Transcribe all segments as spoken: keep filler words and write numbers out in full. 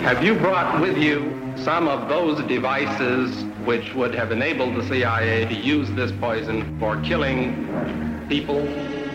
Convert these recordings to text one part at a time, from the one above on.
Have you brought with you some of those devices which would have enabled the C I A to use this poison for killing people?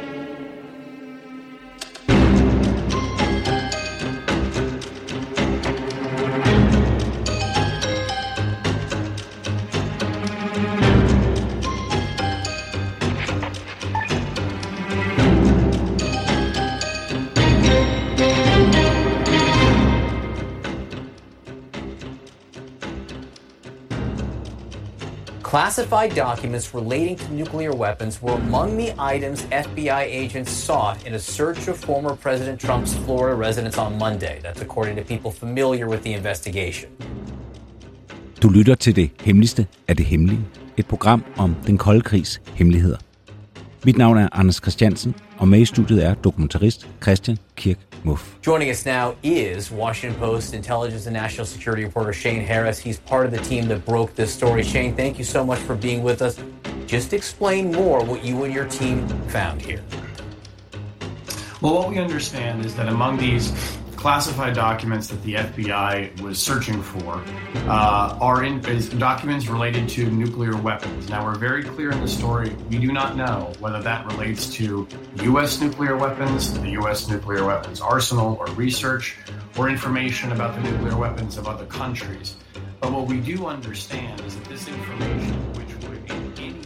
Classified documents relating to nuclear weapons were among the items F B I agents sought in a search of former President Trump's Florida residence on Monday. That's according to people familiar with the investigation. Du lytter til det hemmeligste af det hemmelige. Et program om den kolde krigs hemmeligheder. Mit navn er Anders Christiansen, og med i studiet er dokumentarist Christian Kirk Muff. Joining us now is Washington Post intelligence and national security reporter Shane Harris. He's part of the team that broke this story. Shane, thank you so much for being with us. Just explain more what you and your team found here. Well, what we understand is that among these classified documents that the F B I was searching for uh, are in, is documents related to nuclear weapons. Now, we're very clear in the story, we do not know whether that relates to U S nuclear weapons, the U S nuclear weapons arsenal, or research, or information about the nuclear weapons of other countries. But what we do understand is that this information, which would in any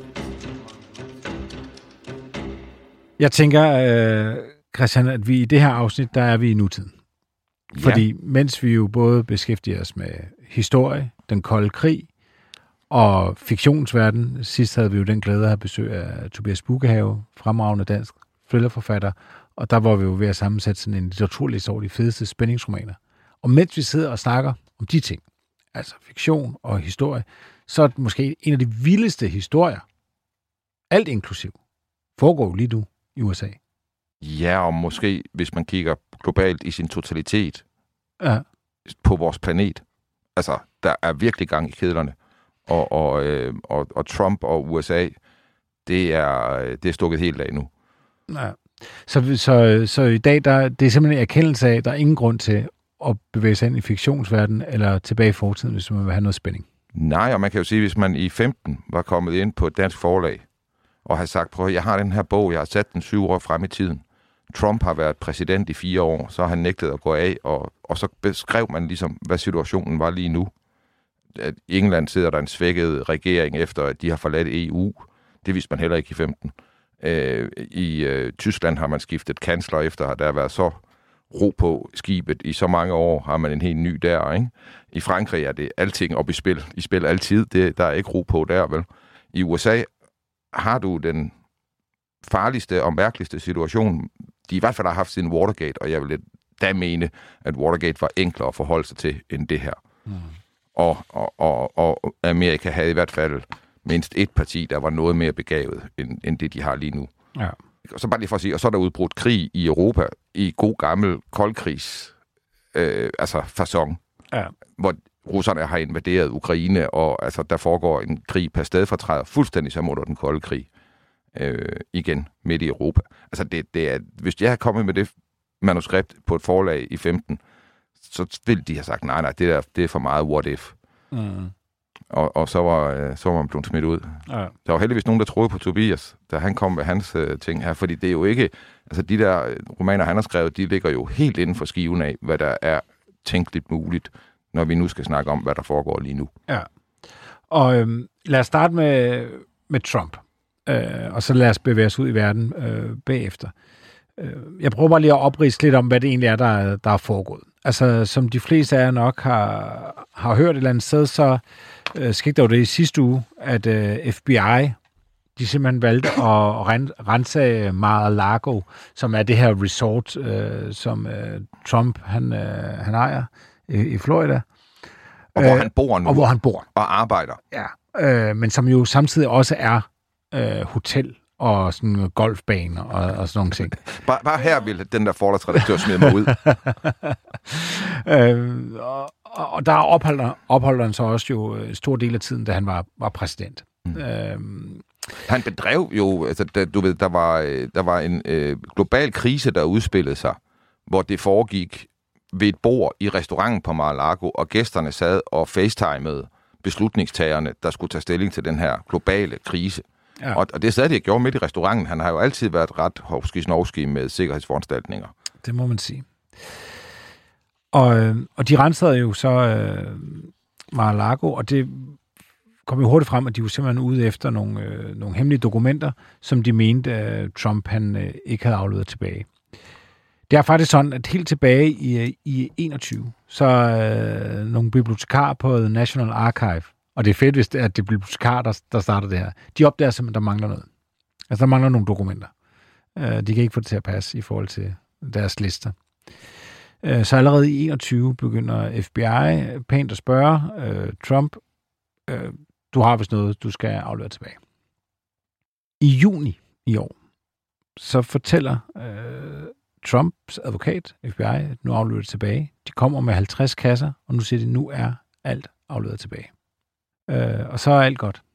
instance... Jeg tænker, øh, Christian, at vi i det her afsnit, der er vi i nutiden. Fordi ja. Mens vi jo både beskæftiger os med historie, den kolde krig og fiktionsverden, sidst havde vi jo den glæde at have besøg af Tobias Bukkehave, fremragende dansk thrillerforfatter, og der var vi jo ved at sammensætte sådan en litteraturliste over de fedeste spændingsromaner. Og mens vi sidder og snakker om de ting, altså fiktion og historie, så er det måske en af de vildeste historier, alt inklusiv, foregår jo lige nu i U S A. Ja, og måske, hvis man kigger globalt i sin totalitet ja. på vores planet. Altså, der er virkelig gang i kedlerne. Og, og, øh, og, og Trump og U S A, det er, det er stukket helt af nu. Ja. Så, så, så i dag, der, det er simpelthen en erkendelse af, at der er ingen grund til at bevæge sig ind i fiktionsverdenen eller tilbage i fortiden, hvis man vil have noget spænding. Nej, og man kan jo sige, hvis man i femten var kommet ind på et dansk forlag og har sagt, prøv, jeg har den her bog, jeg har sat den syv år frem i tiden. Trump har været præsident i fire år, så har han nægtet at gå af, og, og så beskrev man ligesom, hvad situationen var lige nu. At i England sidder der en svækket regering efter, at de har forladt E U. Det vidste man heller ikke i femten. Øh, I øh, Tyskland har man skiftet kansler efter, at der har været så ro på skibet i så mange år, har man en helt ny der, ikke? I Frankrig er det alting op i spil. I spil altid. Det, der er ikke ro på der, vel? I U S A har du den farligste og mærkeligste situation, de i hvert fald har haft siden Watergate, og jeg vil da mene, at Watergate var enklere at forholde sig til, end det her. Mm. Og, og, og, og Amerika havde i hvert fald mindst et parti, der var noget mere begavet, end, end det, de har lige nu. Ja. Og så bare lige for at sige, og så er der udbrudt krig i Europa, i god gammel koldkrigs, øh, altså facon, ja. hvor russerne har invaderet Ukraine, og altså, der foregår en krig per stedfortræder, fuldstændig som under den kolde krig. Øh, igen midt i Europa. Altså det, det er, hvis jeg havde kommet med det manuskript på et forlag i femten, så ville de have sagt, nej, nej, det, der, det er for meget what if. Mm. Og, og så var, så var man blevet smidt ud. Ja. Der var heldigvis nogen, der troede på Tobias, da han kom med hans uh, ting her, fordi det er jo ikke, altså de der romaner, han har skrevet, de ligger jo helt inden for skiven af, hvad der er tænkeligt muligt, når vi nu skal snakke om, hvad der foregår lige nu. Ja. Og øhm, lad os starte med, med Trump. Øh, og så lad os bevæge os ud i verden øh, bagefter. Øh, jeg prøver bare lige at opridse lidt om, hvad det egentlig er, der, der er foregået. Altså, som de fleste af jer nok har, har hørt et eller andet sted, så øh, skete der jo det i sidste uge, at øh, F B I, de simpelthen valgte at rense Mar-a-Lago, som er det her resort, øh, som øh, Trump han, øh, han ejer i, i Florida. Og hvor øh, han bor nu. Og hvor han bor. Og arbejder. Ja, øh, men som jo samtidig også er øh, hotel og sådan golfbaner og, og sådan nogle ting. bare, bare her ville den der forlagsredaktør smide mig ud. øh, og, og der opholdt, opholdt han så også jo en stor del af tiden, da han var, var præsident. Mm. Øh, Han bedrev jo, altså, der, du ved, der var, der var en øh, global krise, der udspillede sig, hvor det foregik ved et bord i restauranten på Mar-a-Lago, og gæsterne sad og facetimede beslutningstagerne, der skulle tage stilling til den her globale krise. Ja. Og, og det sad de gjort midt i restauranten. Han har jo altid været ret hovski-snovski med sikkerhedsforanstaltninger. Det må man sige. Og, og de rensede jo så øh, Mar-a-Lago, og det kom jo hurtigt frem, at de var simpelthen ude efter nogle, øh, nogle hemmelige dokumenter, som de mente, at Trump han, øh, ikke havde afleveret tilbage. Det er faktisk sådan, at helt tilbage i, i enogtyve, så øh, nogle bibliotekarer på The National Archive, og det er fedt, hvis det er, det er bibliotekarer, der, der starter det her, de opdager simpelthen, at der mangler noget. Altså, der mangler nogle dokumenter. Øh, de kan ikke få det til at passe i forhold til deres lister. Øh, så allerede i enogtyve begynder F B I pænt at spørge øh, Trump, øh, du har vist noget, du skal aflevere tilbage. I juni i år, så fortæller øh, Trumps advokat, F B I, at nu afleverer det tilbage. De kommer med halvtreds kasser, og nu siger de, nu er alt afleveret tilbage. Øh, og så er alt godt.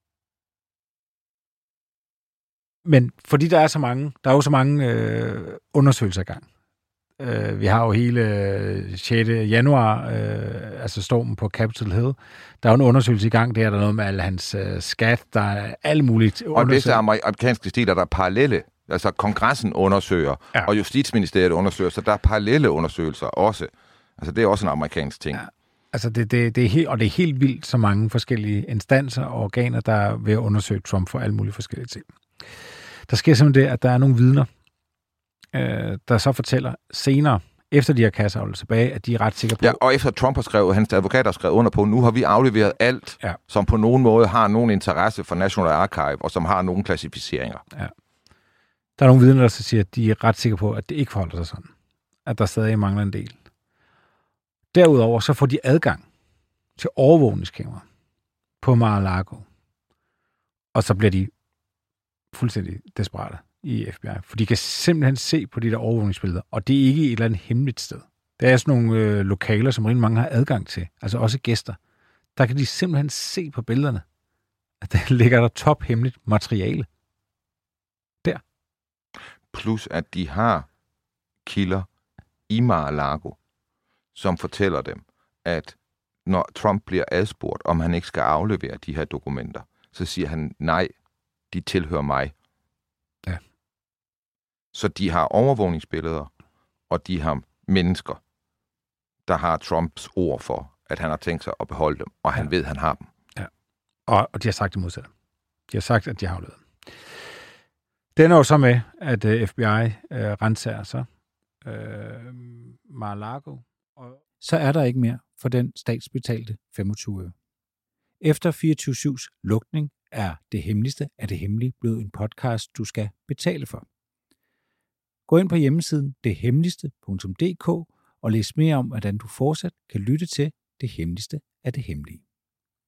Men fordi der er så mange, der er jo så mange øh, undersøgelser i gang. Øh, vi har jo hele sjette januar, øh, altså stormen på Capitol Hill. Der er jo en undersøgelse i gang, der er der noget med al hans øh, skat, der er alt muligt. Og hvis der er amerikanske stiler, der er parallelle. Altså kongressen undersøger, ja. Og Justitsministeriet undersøger, så der er parallelle undersøgelser også. Altså det er også en amerikansk ting. Ja. Altså det, det, det er helt, og det er helt vildt, så mange forskellige instanser og organer, der er ved at undersøge Trump for alle mulige forskellige ting. Der sker simpelthen det, at der er nogle vidner, øh, der så fortæller senere, efter de her kasseafleverer tilbage, at de er ret sikre på... Ja, og efter Trump har skrevet, hans advokat har skrevet under på, nu har vi afleveret alt, ja. Som på nogen måde har nogen interesse for National Archive, og som har nogle klassificeringer. Ja. Der er nogle vidner, der så siger, at de er ret sikre på, at det ikke forholder sig sådan. At der stadig mangler en del. Derudover så får de adgang til overvågningskamera på Mar-a-Lago. Og så bliver de fuldstændig desperate i F B I. For de kan simpelthen se på de der overvågningsbilleder. Og det er ikke et eller andet hemmeligt sted. Der er sådan nogle øh, lokaler, som rigtig mange har adgang til. Altså også gæster. Der kan de simpelthen se på billederne, at der ligger der tophemmeligt materiale. Der. Plus at de har kilder i Mar-a-Lago, som fortæller dem, at når Trump bliver adspurgt, om han ikke skal aflevere de her dokumenter, så siger han, nej, de tilhører mig. Ja. Så de har overvågningsbilleder, og de har mennesker, der har Trumps ord for, at han har tænkt sig at beholde dem, og han ja. ved, at han har dem. Ja. Og, og de har sagt det modsatte. De har sagt, at de har afleveret dem. Den er jo så med, at uh, F B I uh, renser sig uh, Mar-a-Lago. Og så er der ikke mere for den statsbetalte femogtyve øre. Efter fireogtyve syvs lukning er Det Hemmeligste af det Hemmelige blevet en podcast, du skal betale for. Gå ind på hjemmesiden det hemmeligste punktum d k og læs mere om, hvordan du fortsat kan lytte til Det Hemmeligste af det Hemmelige.